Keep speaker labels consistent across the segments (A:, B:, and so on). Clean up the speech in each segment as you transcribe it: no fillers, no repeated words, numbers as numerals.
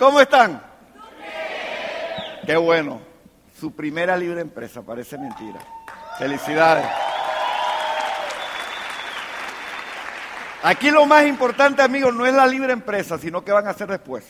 A: ¿Cómo están? Qué bueno. Su primera libre empresa, parece mentira. Felicidades. Aquí lo más importante, amigos, no es la libre empresa, sino qué van a hacer después.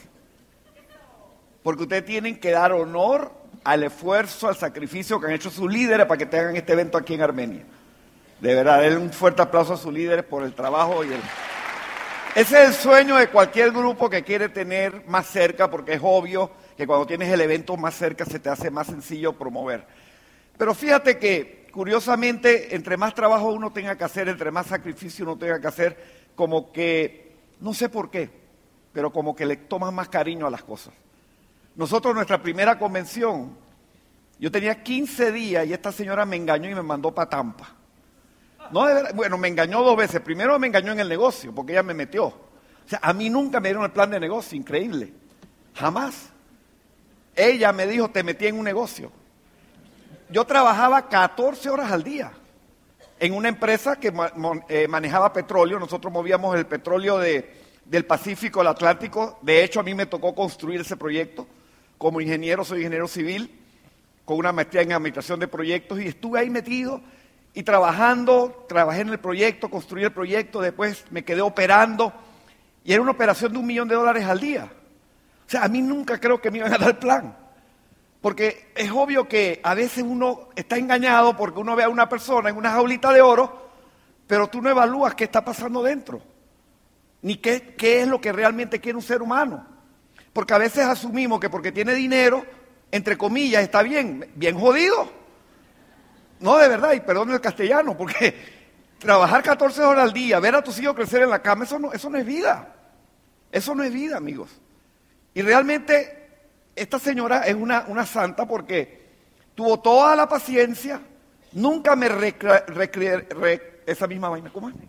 A: Porque ustedes tienen que dar honor al esfuerzo, al sacrificio que han hecho sus líderes para que tengan este evento aquí en Armenia. De verdad, denle un fuerte aplauso a sus líderes por el trabajo y el... Ese es el sueño de cualquier grupo que quiere tener más cerca, porque es obvio que cuando tienes el evento más cerca se te hace más sencillo promover. Pero fíjate que, curiosamente, entre más trabajo uno tenga que hacer, entre más sacrificio uno tenga que hacer, como que, no sé por qué, pero como que le tomas más cariño a las cosas. Nosotros, nuestra primera convención, yo tenía 15 días y esta señora me engañó y me mandó para Tampa. No, de verdad, bueno, me engañó 2 veces. Primero me engañó en el negocio, porque ella me metió. O sea, a mí nunca me dieron el plan de negocio, increíble. Jamás. Ella me dijo, te metí en un negocio. Yo trabajaba 14 horas al día en una empresa que manejaba petróleo. Nosotros movíamos el petróleo del Pacífico al Atlántico. De hecho, a mí me tocó construir ese proyecto. Como ingeniero, soy ingeniero civil, con una maestría en administración de proyectos, y estuve ahí metido y trabajé en el proyecto, construí el proyecto, después me quedé operando, y era una operación de $1 millón al día. O sea, a mí nunca creo que me iban a dar el plan, porque es obvio que a veces uno está engañado porque uno ve a una persona en una jaulita de oro, pero tú no evalúas qué está pasando dentro, ni qué es lo que realmente quiere un ser humano. Porque a veces asumimos que porque tiene dinero, entre comillas, está bien jodido. No, de verdad, y perdón el castellano, porque trabajar 14 horas al día, ver a tus hijos crecer en la cama, eso no es vida. Eso no es vida, amigos. Y realmente esta señora es una santa porque tuvo toda la paciencia, nunca me esa misma vaina, ¿cómo es?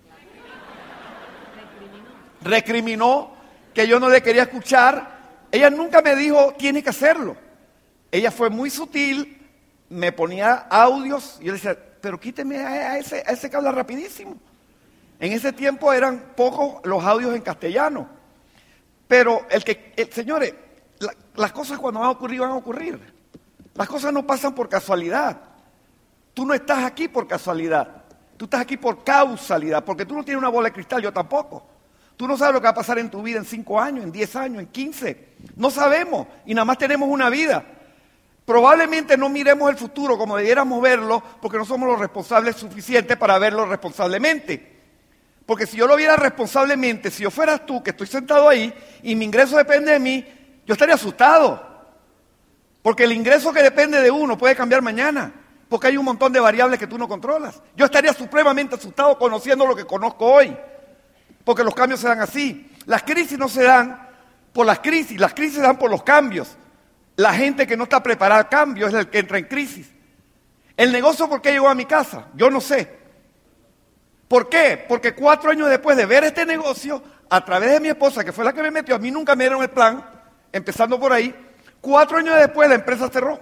A: Recriminó que yo no le quería escuchar. Ella nunca me dijo, tienes que hacerlo. Ella fue muy sutil, me ponía audios y yo le decía, pero quíteme a ese que habla rapidísimo. En ese tiempo eran pocos los audios en castellano. Pero señores, las cosas cuando van a ocurrir, van a ocurrir. Las cosas no pasan por casualidad. Tú no estás aquí por casualidad. Tú estás aquí por causalidad, porque tú no tienes una bola de cristal, yo tampoco. Tú no sabes lo que va a pasar en tu vida en 5 años, en 10 años, en 15. No sabemos y nada más tenemos una vida. Probablemente no miremos el futuro como debiéramos verlo porque no somos los responsables suficientes para verlo responsablemente. Porque si yo lo viera responsablemente, si yo fueras tú que estoy sentado ahí y mi ingreso depende de mí, yo estaría asustado. Porque el ingreso que depende de uno puede cambiar mañana, porque hay un montón de variables que tú no controlas. Yo estaría supremamente asustado conociendo lo que conozco hoy, porque los cambios se dan así. Las crisis no se dan por las crisis se dan por los cambios. La gente que no está preparada al cambio es el que entra en crisis. El negocio, ¿por qué llegó a mi casa? Yo no sé. ¿Por qué? Porque 4 años después de ver este negocio, a través de mi esposa, que fue la que me metió, a mí nunca me dieron el plan, empezando por ahí, 4 años después la empresa cerró.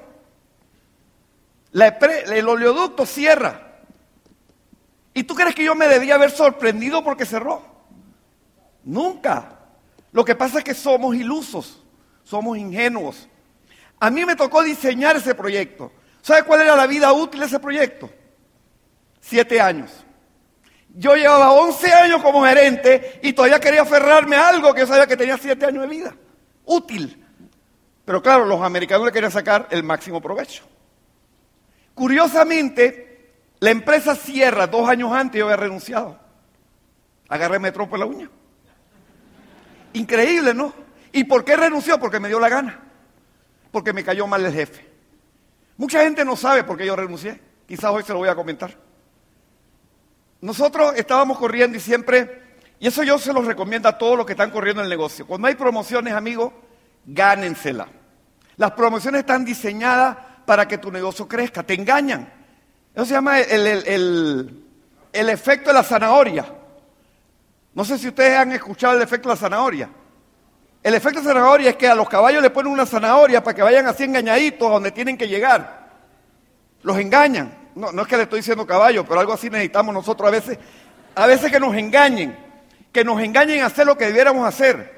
A: El oleoducto cierra. ¿Y tú crees que yo me debía haber sorprendido porque cerró? Nunca. Lo que pasa es que somos ilusos, somos ingenuos. A mí me tocó diseñar ese proyecto. ¿Sabe cuál era la vida útil de ese proyecto? 7 años. Yo llevaba 11 años como gerente y todavía quería aferrarme a algo que yo sabía que tenía 7 años de vida. Útil. Pero claro, los americanos le querían sacar el máximo provecho. Curiosamente, la empresa cierra 2 años antes y yo había renunciado. Agarré metro por la uña. Increíble, ¿no? ¿Y por qué renunció? Porque me dio la gana. Porque me cayó mal el jefe. Mucha gente no sabe por qué yo renuncié. Quizás hoy se lo voy a comentar. Nosotros estábamos corriendo y siempre, y eso yo se los recomiendo a todos los que están corriendo en el negocio. Cuando hay promociones, amigos, gánensela. Las promociones están diseñadas para que tu negocio crezca. Te engañan. Eso se llama el efecto de la zanahoria. No sé si ustedes han escuchado el efecto de la zanahoria. El efecto de la zanahoria es que a los caballos le ponen una zanahoria para que vayan así engañaditos a donde tienen que llegar. Los engañan. No es que le estoy diciendo caballo, pero algo así necesitamos nosotros a veces que nos engañen a hacer lo que debiéramos hacer.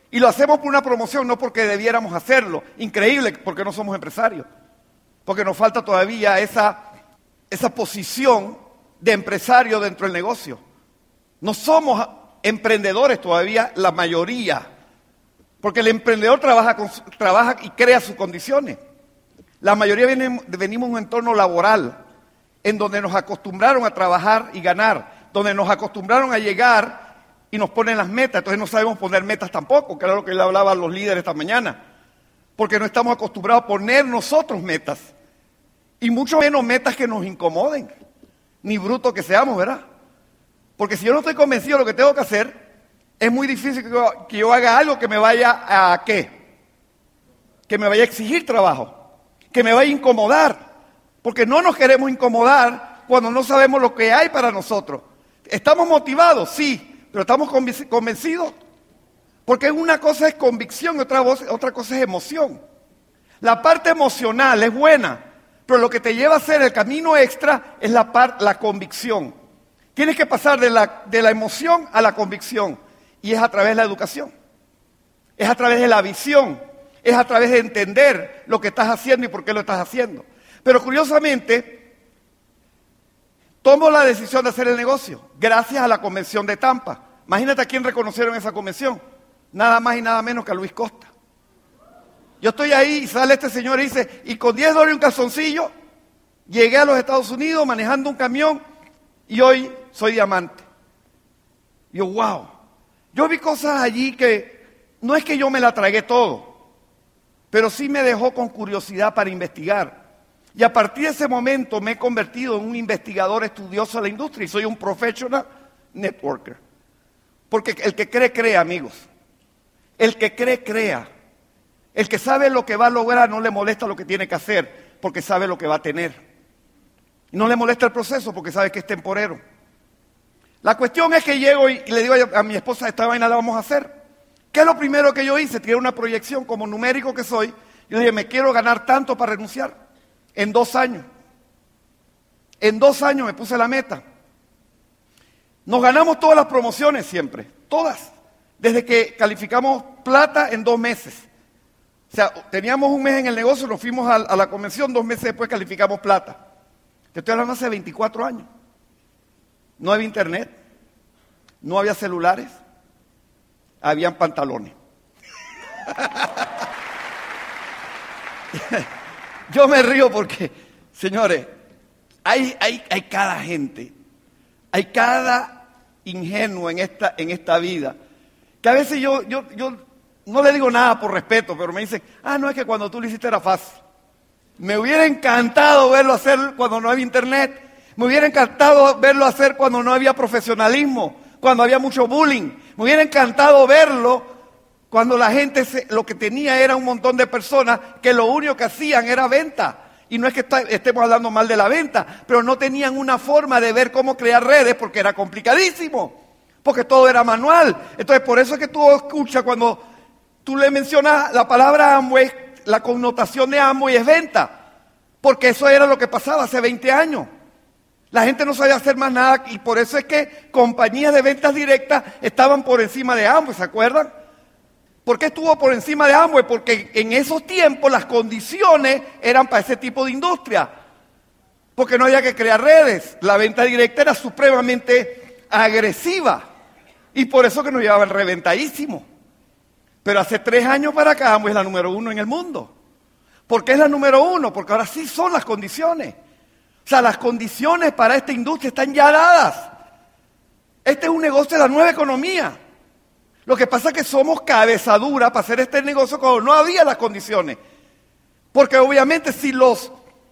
A: Y lo hacemos por una promoción, no porque debiéramos hacerlo. Increíble, porque no somos empresarios. Porque nos falta todavía esa posición de empresario dentro del negocio. No somos emprendedores todavía, la mayoría. Porque el emprendedor trabaja y crea sus condiciones. La mayoría venimos de un entorno laboral, en donde nos acostumbraron a trabajar y ganar, donde nos acostumbraron a llegar y nos ponen las metas. Entonces no sabemos poner metas tampoco, que era lo que le hablaba a los líderes esta mañana. Porque no estamos acostumbrados a poner nosotros metas. Y mucho menos metas que nos incomoden. Ni brutos que seamos, ¿verdad? Porque si yo no estoy convencido de lo que tengo que hacer, es muy difícil que yo haga algo que me vaya a ¿qué? Que me vaya a exigir trabajo. Que me vaya a incomodar. Porque no nos queremos incomodar cuando no sabemos lo que hay para nosotros. ¿Estamos motivados? Sí. ¿Pero estamos convencidos? Porque una cosa es convicción y otra cosa es emoción. La parte emocional es buena, pero lo que te lleva a hacer el camino extra es la convicción. Tienes que pasar de la emoción a la convicción. Y es a través de la educación. Es a través de la visión. Es a través de entender lo que estás haciendo y por qué lo estás haciendo. Pero curiosamente, tomo la decisión de hacer el negocio gracias a la convención de Tampa. Imagínate a quién reconocieron en esa convención. Nada más y nada menos que a Luis Costa. Yo estoy ahí y sale este señor y dice, y con $10 y un calzoncillo, llegué a los Estados Unidos manejando un camión y hoy soy diamante. Yo, wow. Yo vi cosas allí que no es que yo me la tragué todo, pero sí me dejó con curiosidad para investigar. Y a partir de ese momento me he convertido en un investigador estudioso de la industria y soy un professional networker. Porque el que cree, crea, amigos. El que cree, crea. El que sabe lo que va a lograr no le molesta lo que tiene que hacer, porque sabe lo que va a tener. Y no le molesta el proceso porque sabe que es temporero. La cuestión es que llego y le digo a mi esposa, esta vaina la vamos a hacer. ¿Qué es lo primero que yo hice? Tiré una proyección como numérico que soy. Yo dije, me quiero ganar tanto para renunciar. En 2 años. En 2 años me puse la meta. Nos ganamos todas las promociones siempre, todas. Desde que calificamos plata en 2 meses. O sea, teníamos 1 mes en el negocio, nos fuimos a la convención, 2 meses después calificamos plata. Te estoy hablando hace 24 años. No había internet, no había celulares, habían pantalones. Yo me río porque, señores, hay cada gente, hay cada ingenuo en esta vida, que a veces yo no le digo nada por respeto, pero me dicen, no es que cuando tú lo hiciste era fácil. Me hubiera encantado verlo hacer cuando no había internet, me hubiera encantado verlo hacer cuando no había profesionalismo, cuando había mucho bullying, me hubiera encantado verlo cuando la gente lo que tenía era un montón de personas que lo único que hacían era venta. Y no es que estemos hablando mal de la venta, pero no tenían una forma de ver cómo crear redes porque era complicadísimo, porque todo era manual. Entonces, por eso es que tú escuchas cuando tú le mencionas la palabra Amway, la connotación de Amway es venta, porque eso era lo que pasaba hace 20 años. La gente no sabía hacer más nada y por eso es que compañías de ventas directas estaban por encima de Amway, ¿se acuerdan? ¿Por qué estuvo por encima de Amway? Porque en esos tiempos las condiciones eran para ese tipo de industria. Porque no había que crear redes. La venta directa era supremamente agresiva. Y por eso que nos llevaban reventadísimo. Pero hace 3 años para acá Amway es la número 1 en el mundo. ¿Por qué es la número 1? Porque ahora sí son las condiciones. O sea, las condiciones para esta industria están ya dadas. Este es un negocio de la nueva economía. Lo que pasa es que somos cabeza dura para hacer este negocio cuando no había las condiciones. Porque obviamente si los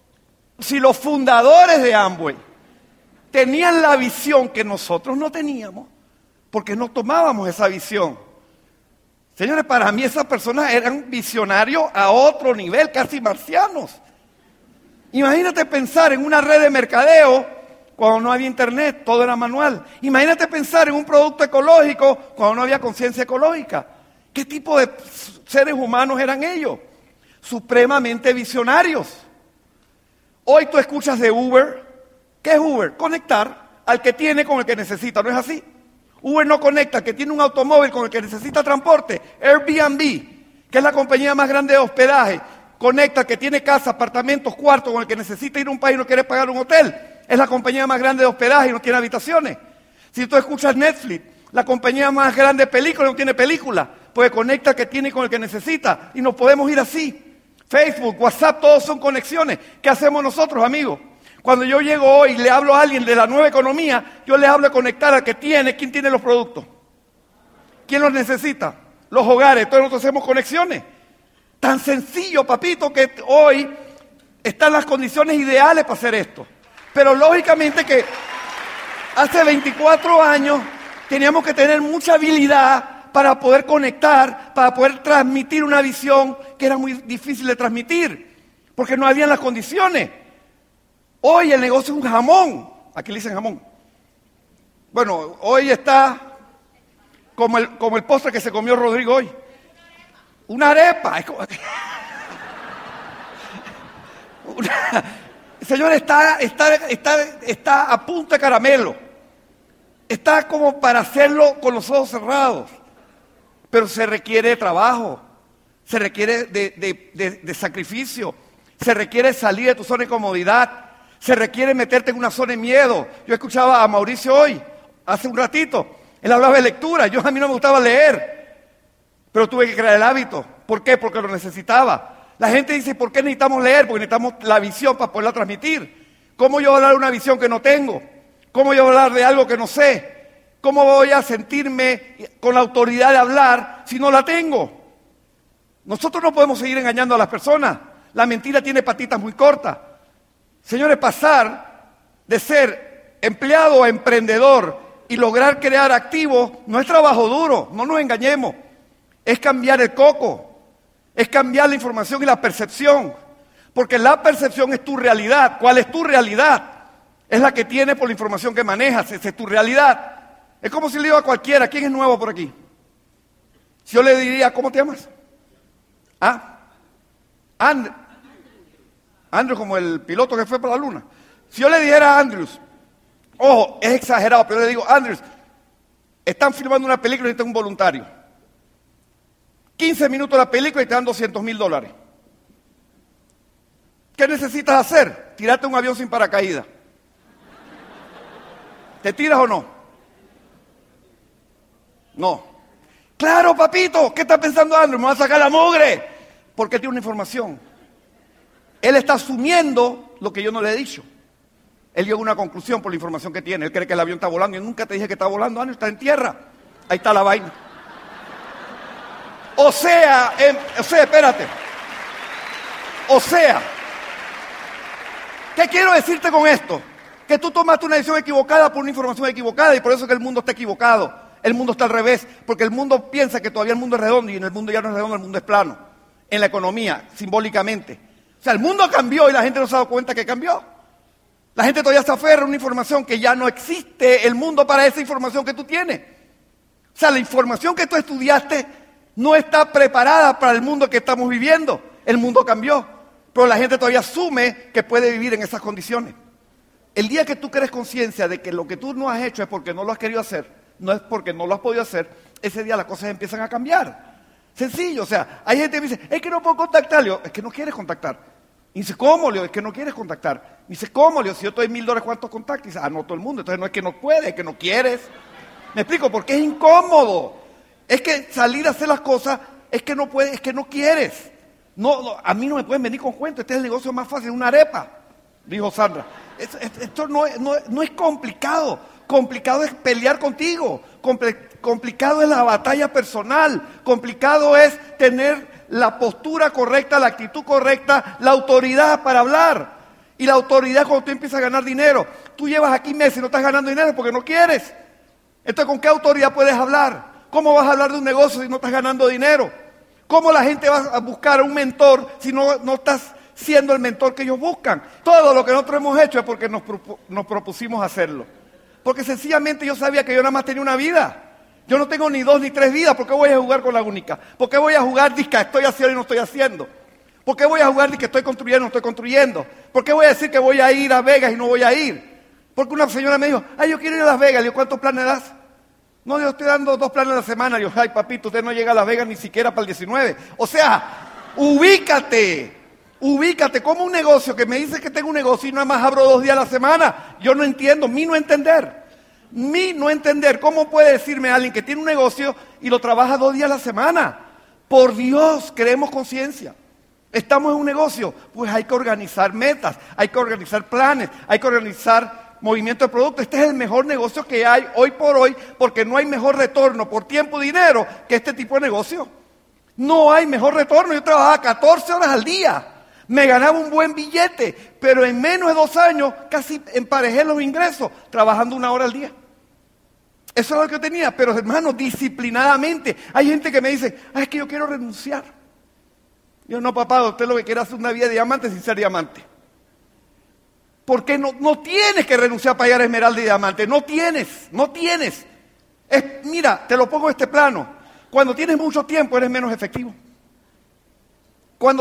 A: fundadores de Amway tenían la visión que nosotros no teníamos, porque no tomábamos esa visión. Señores, para mí esas personas eran visionarios a otro nivel, casi marcianos. Imagínate pensar en una red de mercadeo cuando no había internet, todo era manual. Imagínate pensar en un producto ecológico cuando no había conciencia ecológica. ¿Qué tipo de seres humanos eran ellos? Supremamente visionarios. Hoy tú escuchas de Uber. ¿Qué es Uber? Conectar al que tiene con el que necesita, ¿no es así? Uber no conecta al que tiene un automóvil con el que necesita transporte. Airbnb, que es la compañía más grande de hospedaje, conecta al que tiene casa, apartamentos, cuartos, con el que necesita ir a un país y no quiere pagar un hotel. Es la compañía más grande de hospedaje y no tiene habitaciones. Si tú escuchas Netflix, la compañía más grande de películas no tiene películas, pues conecta al que tiene con el que necesita. Y nos podemos ir así. Facebook, WhatsApp, todos son conexiones. ¿Qué hacemos nosotros, amigos? Cuando yo llego hoy y le hablo a alguien de la nueva economía, yo le hablo de conectar al que tiene. ¿Quién tiene los productos? ¿Quién los necesita? Los hogares. Entonces nosotros hacemos conexiones. Tan sencillo, papito, que hoy están las condiciones ideales para hacer esto. Pero lógicamente que hace 24 años teníamos que tener mucha habilidad para poder conectar, para poder transmitir una visión que era muy difícil de transmitir, porque no habían las condiciones. Hoy el negocio es un jamón. Aquí le dicen jamón. Bueno, hoy está como el postre que se comió Rodrigo hoy. Una arepa. Señor, está a punta de caramelo. Está como para hacerlo con los ojos cerrados. Pero se requiere de trabajo. Se requiere de sacrificio. Se requiere salir de tu zona de comodidad. Se requiere meterte en una zona de miedo. Yo escuchaba a Mauricio hoy, hace un ratito. Él hablaba de lectura. A mí no me gustaba leer. Pero tuve que crear el hábito. ¿Por qué? Porque lo necesitaba. La gente dice, ¿por qué necesitamos leer? Porque necesitamos la visión para poderla transmitir. ¿Cómo yo voy a hablar de una visión que no tengo? ¿Cómo yo voy a hablar de algo que no sé? ¿Cómo voy a sentirme con la autoridad de hablar si no la tengo? Nosotros no podemos seguir engañando a las personas. La mentira tiene patitas muy cortas. Señores, pasar de ser empleado a emprendedor y lograr crear activos no es trabajo duro, no nos engañemos. Es cambiar el coco. Es cambiar la información y la percepción. Porque la percepción es tu realidad. ¿Cuál es tu realidad? Es la que tienes por la información que manejas. Esa es tu realidad. Es como si le digo a cualquiera, ¿quién es nuevo por aquí? Si yo le diría, ¿cómo te llamas? Andrew, como el piloto que fue para la luna. Si yo le dijera a Andrews, ojo, es exagerado, pero yo le digo, Andrews, están filmando una película y necesitan un voluntario. 15 minutos la película y te dan $200,000. ¿Qué necesitas hacer? Tirarte un avión sin paracaídas. ¿Te tiras o no? No. Claro, papito, ¿qué está pensando Andrew? Me va a sacar la mugre. Porque tiene una información. Él está asumiendo lo que yo no le he dicho. Él llegó a una conclusión por la información que tiene. Él cree que el avión está volando. Yo nunca te dije que está volando, Andrew, está en tierra. Ahí está la vaina. O sea, espérate. O sea, ¿qué quiero decirte con esto? Que tú tomaste una decisión equivocada por una información equivocada y por eso es que el mundo está equivocado. El mundo está al revés, porque el mundo piensa que todavía el mundo es redondo y en el mundo ya no es redondo, el mundo es plano. En la economía, simbólicamente. O sea, el mundo cambió y la gente no se ha dado cuenta que cambió. La gente todavía se aferra a una información que ya no existe el mundo para esa información que tú tienes. O sea, la información que tú estudiaste no está preparada para el mundo que estamos viviendo. El mundo cambió, pero la gente todavía asume que puede vivir en esas condiciones. El día que tú crees conciencia de que lo que tú no has hecho es porque no lo has querido hacer, no es porque no lo has podido hacer, ese día las cosas empiezan a cambiar. Sencillo, o sea, hay gente que me dice, es que no puedo contactar. Le digo, es que no quieres contactar. Y dice, ¿cómo? Le digo, es que no quieres contactar. Y dice, ¿cómo? Le digo, si yo te doy $1,000, ¿cuántos contactos? Y dice, no todo el mundo. Entonces no es que no puedes, es que no quieres. Me explico, porque es incómodo. Es que salir a hacer las cosas es que no puedes, es que no quieres. No, a mí no me pueden venir con cuentos. Este es el negocio más fácil, una arepa, dijo Sandra. Esto no es complicado. Complicado es pelear contigo. Complicado es la batalla personal. Complicado es tener la postura correcta, la actitud correcta, la autoridad para hablar. Y la autoridad cuando tú empiezas a ganar dinero. Tú llevas aquí meses y no estás ganando dinero porque no quieres. Entonces, ¿con qué autoridad puedes hablar? ¿Cómo vas a hablar de un negocio si no estás ganando dinero? ¿Cómo la gente va a buscar un mentor si no estás siendo el mentor que ellos buscan? Todo lo que nosotros hemos hecho es porque nos propusimos hacerlo. Porque sencillamente yo sabía que yo nada más tenía una vida. Yo no tengo ni 2 ni 3 vidas. ¿Por qué voy a jugar con la única? ¿Por qué voy a jugar que estoy haciendo y no estoy haciendo? ¿Por qué voy a jugar que estoy construyendo y no estoy construyendo? ¿Por qué voy a decir que voy a ir a Vegas y no voy a ir? Porque una señora me dijo, yo quiero ir a Las Vegas. Le digo, ¿cuántos planes das? No, yo estoy dando 2 planes a la semana. Yo, ay, papito, usted no llega a Las Vegas ni siquiera para el 19. O sea, ubícate. Como un negocio que me dice que tengo un negocio y nada más abro 2 días a la semana. Yo no entiendo, mi no entender. ¿Cómo puede decirme alguien que tiene un negocio y lo trabaja 2 días a la semana? Por Dios, creemos conciencia. Estamos en un negocio, pues hay que organizar metas, hay que organizar planes, hay que organizar movimiento de producto. Este es el mejor negocio que hay hoy por hoy, porque no hay mejor retorno por tiempo y dinero que este tipo de negocio. No hay mejor retorno. Yo trabajaba 14 horas al día, me ganaba un buen billete, pero en menos de 2 años casi emparejé los ingresos trabajando 1 hora al día. Eso es lo que yo tenía, pero hermano, disciplinadamente. Hay gente que me dice, es que yo quiero renunciar. Yo, no, papá, usted lo que quiere es hacer una vida de diamante sin ser diamante. Porque no tienes que renunciar para llegar a esmeralda y diamante. No tienes. Mira, te lo pongo en este plano. Cuando tienes mucho tiempo eres menos efectivo. Cuando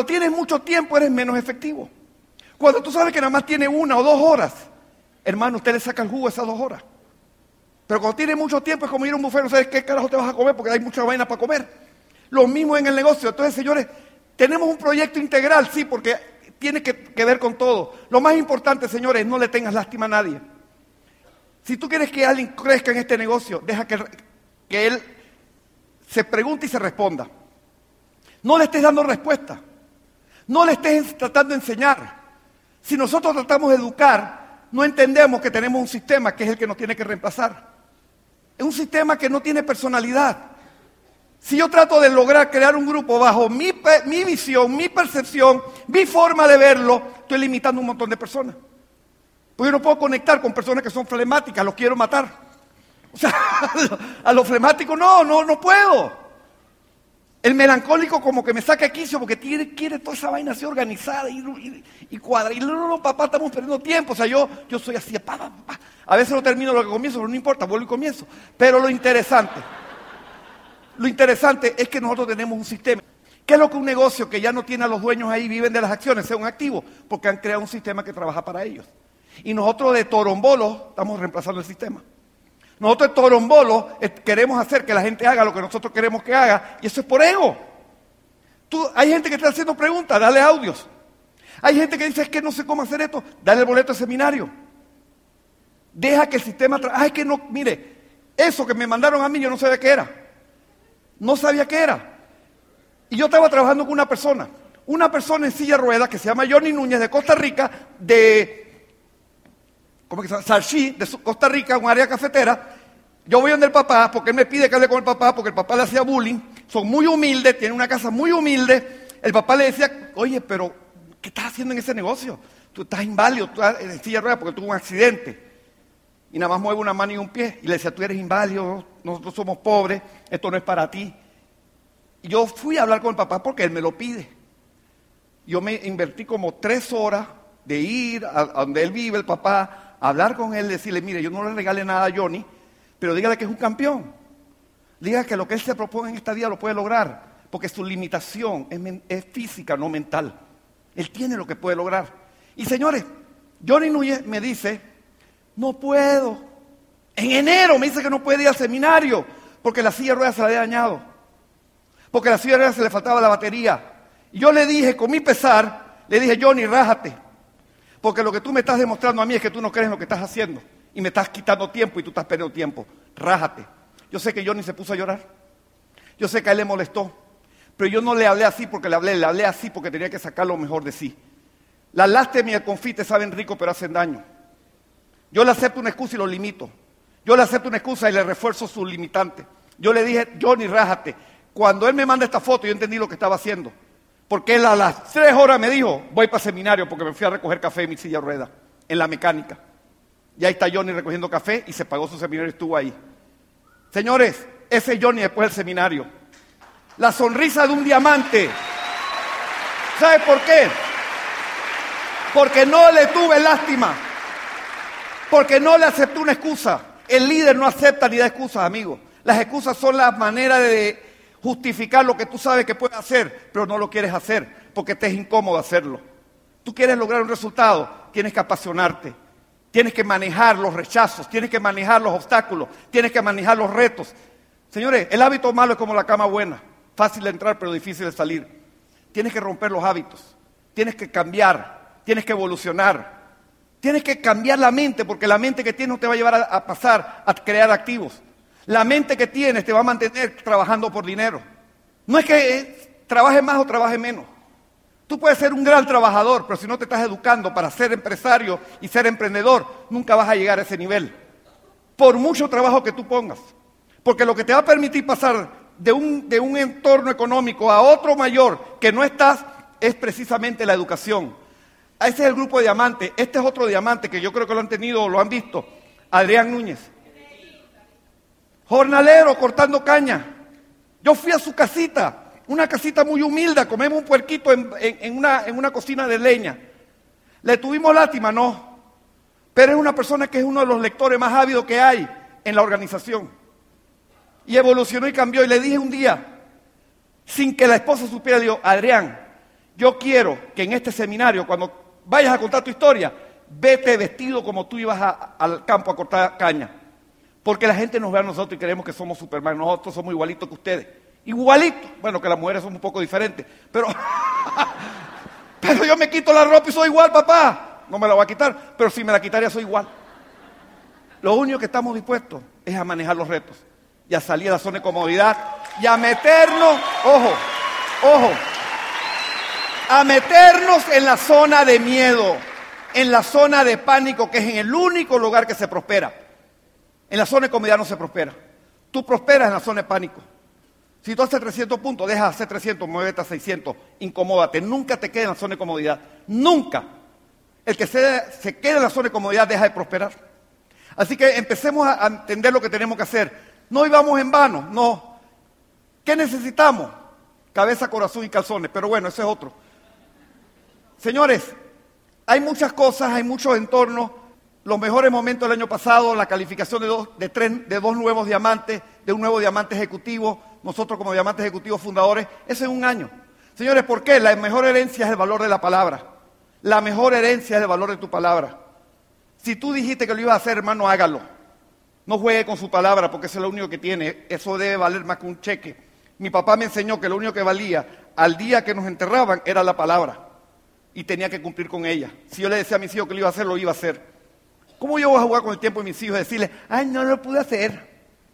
A: tú sabes que nada más tiene 1 o 2 horas, hermano, usted le saca el jugo a esas 2 horas. Pero cuando tienes mucho tiempo es como ir a un buffet, no sabes qué carajo te vas a comer porque hay mucha vaina para comer. Lo mismo en el negocio. Entonces, señores, tenemos un proyecto integral, sí, porque tiene que ver con todo. Lo más importante, señores, no le tengas lástima a nadie. Si tú quieres que alguien crezca en este negocio, deja que él se pregunte y se responda. No le estés dando respuesta. No le estés tratando de enseñar. Si nosotros tratamos de educar, no entendemos que tenemos un sistema que es el que nos tiene que reemplazar. Es un sistema que no tiene personalidad. Si yo trato de lograr crear un grupo bajo mi visión, mi percepción, mi forma de verlo, estoy limitando un montón de personas. Porque yo no puedo conectar con personas que son flemáticas, los quiero matar. O sea, a los flemáticos no puedo. El melancólico como que me saca de quicio porque quiere toda esa vaina así organizada y cuadra. Y no, papá, estamos perdiendo tiempo. O sea, yo soy así, pa. A veces no termino lo que comienzo, pero no importa, vuelvo y comienzo. Pero lo interesante es que nosotros tenemos un sistema. ¿Qué es lo que un negocio que ya no tiene a los dueños ahí, viven de las acciones, sea un activo? Porque han creado un sistema que trabaja para ellos. Y nosotros de torombolo estamos reemplazando el sistema. Nosotros de torombolo queremos hacer que la gente haga lo que nosotros queremos que haga, y eso es por ego. Hay gente que está haciendo preguntas, dale audios. Hay gente que dice, es que no sé cómo hacer esto, dale el boleto de seminario. Deja que el sistema trabaje. Que no, mire, eso que me mandaron a mí yo no sabía qué era. Y yo estaba trabajando con una persona en silla de ruedas que se llama Johnny Núñez de Costa Rica, ¿cómo que se llama? Sarchí, de Costa Rica, un área cafetera. Yo voy donde el papá, porque él me pide que hable con el papá, porque el papá le hacía bullying. Son muy humildes, tienen una casa muy humilde. El papá le decía, oye, pero ¿qué estás haciendo en ese negocio? Tú estás inválido, tú estás en silla de ruedas porque tuvo un accidente. Y nada más mueve una mano y un pie. Y le decía, tú eres inválido, nosotros somos pobres, esto no es para ti. Y yo fui a hablar con el papá porque él me lo pide. Yo me invertí como 3 horas de ir a donde él vive, el papá, a hablar con él, decirle, mire, yo no le regale nada a Johnny, pero dígale que es un campeón. Dígale que lo que él se propone en esta vida lo puede lograr, porque su limitación es física, no mental. Él tiene lo que puede lograr. Y señores, Johnny Núñez me dice, no puedo. En enero me dice que no puede ir al seminario, porque la silla de ruedas se la había dañado. Porque a la silla de ruedas se le faltaba la batería. Y yo le dije, con mi pesar, le dije, Johnny, rájate. Porque lo que tú me estás demostrando a mí es que tú no crees en lo que estás haciendo. Y me estás quitando tiempo y tú estás perdiendo tiempo. Rájate. Yo sé que Johnny se puso a llorar. Yo sé que a él le molestó. Pero yo no le hablé así porque le hablé así porque tenía que sacar lo mejor de sí. La lástima y el confite saben rico pero hacen daño. Yo le acepto una excusa y lo limito. Yo le acepto una excusa y le refuerzo su limitante. Yo le dije, Johnny, rájate. Cuando él me manda esta foto, yo entendí lo que estaba haciendo. Porque él a las 3 horas me dijo, voy para seminario porque me fui a recoger café en mi silla de ruedas, en la mecánica. Y ahí está Johnny recogiendo café y se pagó su seminario y estuvo ahí. Señores, ese es Johnny después del seminario. La sonrisa de un diamante. ¿Sabe por qué? Porque no le tuve lástima. Porque no le acepté una excusa. El líder no acepta ni da excusas, amigos. Las excusas son la manera de justificar lo que tú sabes que puedes hacer, pero no lo quieres hacer porque te es incómodo hacerlo. Tú quieres lograr un resultado, tienes que apasionarte. tienes que manejar los rechazos, tienes que manejar los obstáculos, tienes que manejar los retos. Señores, el hábito malo es como la cama buena, fácil de entrar pero difícil de salir. Tienes que romper los hábitos, tienes que cambiar, tienes que evolucionar, tienes que cambiar la mente, porque la mente que tienes no te va a llevar a pasar a crear activos. La mente que tienes te va a mantener trabajando por dinero. No es que trabajes más o trabajes menos. Tú puedes ser un gran trabajador, pero si no te estás educando para ser empresario y ser emprendedor, nunca vas a llegar a ese nivel. Por mucho trabajo que tú pongas. Porque lo que te va a permitir pasar de un entorno económico a otro mayor que no estás, es precisamente la educación. Ese es el grupo de diamantes. Este es otro diamante que yo creo que lo han tenido o lo han visto. Adrián Núñez. Jornalero cortando caña. Yo fui a su casita. Una casita muy humilde, comemos un puerquito en una cocina de leña. ¿Le tuvimos lástima? No. Pero es una persona que es uno de los lectores más ávidos que hay en la organización. Y evolucionó y cambió. Y le dije un día, sin que la esposa supiera, le digo, Adrián, yo quiero que en este seminario, cuando vayas a contar tu historia, vete vestido como tú ibas al campo a cortar caña. Porque la gente nos ve a nosotros y creemos que somos Superman. Nosotros somos igualitos que ustedes. Igualito, bueno, que las mujeres son un poco diferentes, pero yo me quito la ropa y soy igual, papá. No me la voy a quitar, pero si me la quitaría soy igual. Lo único que estamos dispuestos es a manejar los retos y a salir de la zona de comodidad y a meternos, ojo, a meternos en la zona de miedo, en la zona de pánico, que es en el único lugar que se prospera. En la zona de comodidad no se prospera. Tú prosperas en la zona de pánico. Si tú haces 300 puntos, deja de hacer 300, muévete a 600, incomódate. Nunca te quedes en la zona de comodidad. Nunca. El que se quede en la zona de comodidad deja de prosperar. Así que empecemos a entender lo que tenemos que hacer. No vivamos en vano, no. ¿Qué necesitamos? Cabeza, corazón y calzones. Pero bueno, ese es otro. Señores, hay muchas cosas, hay muchos entornos. Los mejores momentos del año pasado, la calificación de dos nuevos diamantes, de un nuevo diamante ejecutivo, nosotros como diamantes ejecutivos fundadores, eso en un año. Señores, ¿por qué? La mejor herencia es el valor de la palabra. La mejor herencia es el valor de tu palabra. Si tú dijiste que lo ibas a hacer, hermano, hágalo. No juegue con su palabra, porque eso es lo único que tiene. Eso debe valer más que un cheque. Mi papá me enseñó que lo único que valía al día que nos enterraban era la palabra. Y tenía que cumplir con ella. Si yo le decía a mis hijos que lo iba a hacer, lo iba a hacer. ¿Cómo yo voy a jugar con el tiempo de mis hijos y decirles, ay, no lo pude hacer?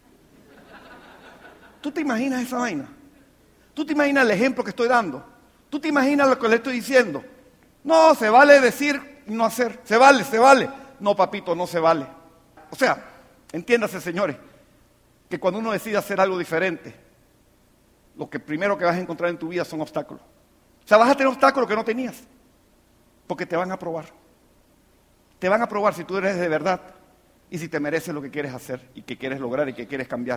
A: ¿Tú te imaginas esa vaina? ¿Tú te imaginas el ejemplo que estoy dando? ¿Tú te imaginas lo que le estoy diciendo? No, se vale decir y no hacer. Se vale. No, papito, no se vale. O sea, entiéndase, señores, que cuando uno decide hacer algo diferente, lo que primero que vas a encontrar en tu vida son obstáculos. O sea, vas a tener obstáculos que no tenías, porque te van a probar. Te van a probar si tú eres de verdad y si te mereces lo que quieres hacer y que quieres lograr y que quieres cambiar.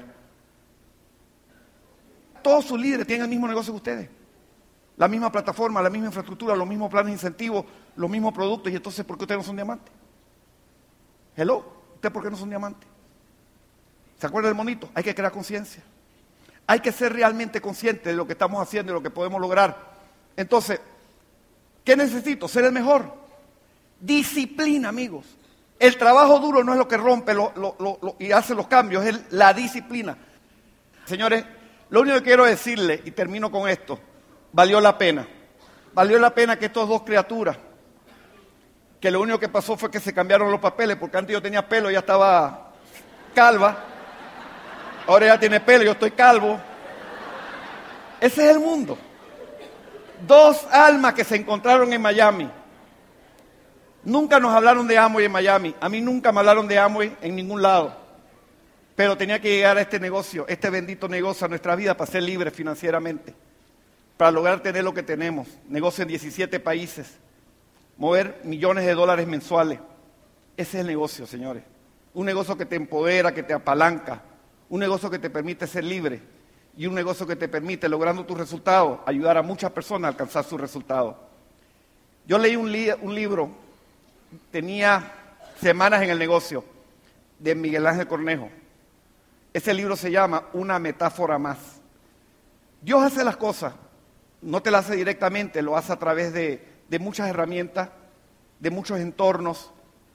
A: Todos sus líderes tienen el mismo negocio que ustedes. La misma plataforma, la misma infraestructura, los mismos planes de incentivos, los mismos productos. Y entonces, ¿por qué ustedes no son diamantes? Hello, ¿ustedes por qué no son diamantes? ¿Se acuerdan del monito? Hay que crear conciencia. Hay que ser realmente conscientes de lo que estamos haciendo y lo que podemos lograr. Entonces, ¿qué necesito? Ser el mejor. Disciplina, amigos. El trabajo duro no es lo que rompe y hace los cambios, es la disciplina. Señores, lo único que quiero decirle, y termino con esto, valió la pena. Valió la pena que estas dos criaturas, que lo único que pasó fue que se cambiaron los papeles, porque antes yo tenía pelo, ella estaba calva, ahora ella tiene pelo, yo estoy calvo. Ese es el mundo. Dos almas que se encontraron en Miami. Nunca nos hablaron de Amway en Miami. A mí nunca me hablaron de Amway en ningún lado. Pero tenía que llegar a este negocio, este bendito negocio a nuestra vida para ser libres financieramente. Para lograr tener lo que tenemos. Negocio en 17 países. Mover millones de dólares mensuales. Ese es el negocio, señores. Un negocio que te empodera, que te apalanca. Un negocio que te permite ser libre. Y un negocio que te permite, logrando tus resultados, ayudar a muchas personas a alcanzar sus resultados. Yo leí un libro. Tenía semanas en el negocio, de Miguel Ángel Cornejo. Ese libro se llama Una metáfora más. Dios hace las cosas, no te las hace directamente, lo hace a través de muchas herramientas, de muchos entornos.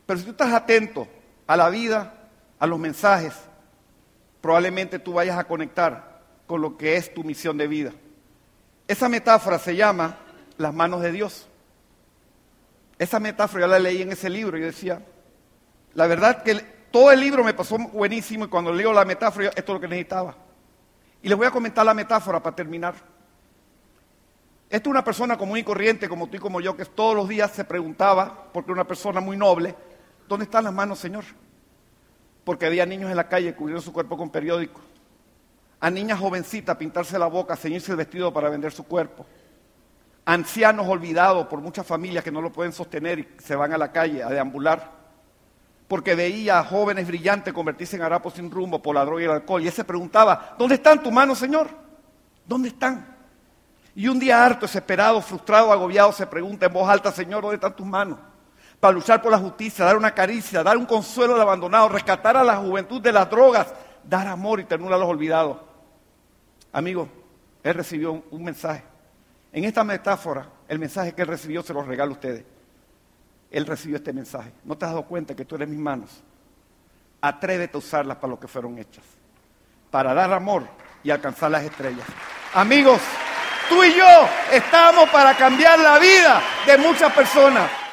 A: Pero si tú estás atento a la vida, a los mensajes, probablemente tú vayas a conectar con lo que es tu misión de vida. Esa metáfora se llama las manos de Dios. Esa metáfora yo la leí en ese libro y yo decía, la verdad que todo el libro me pasó buenísimo y cuando leo la metáfora, esto es lo que necesitaba. Y les voy a comentar la metáfora para terminar. Esta es una persona común y corriente como tú y como yo, que todos los días se preguntaba, porque era una persona muy noble, ¿dónde están las manos, Señor? Porque había niños en la calle cubriendo su cuerpo con periódicos. A niñas jovencitas pintarse la boca, ceñirse el vestido para vender su cuerpo. Ancianos olvidados por muchas familias que no lo pueden sostener y se van a la calle a deambular. Porque veía a jóvenes brillantes convertirse en harapos sin rumbo por la droga y el alcohol. Y él se preguntaba, ¿dónde están tus manos, Señor? ¿Dónde están? Y un día harto, desesperado, frustrado, agobiado, se pregunta en voz alta, Señor, ¿dónde están tus manos? Para luchar por la justicia, dar una caricia, dar un consuelo al abandonado, rescatar a la juventud de las drogas, dar amor y ternura a los olvidados. Amigo, él recibió un mensaje. En esta metáfora, el mensaje que él recibió se lo regalo a ustedes. Él recibió este mensaje. ¿No te has dado cuenta que tú eres mis manos? Atrévete a usarlas para lo que fueron hechas. Para dar amor y alcanzar las estrellas. Amigos, tú y yo estamos para cambiar la vida de muchas personas.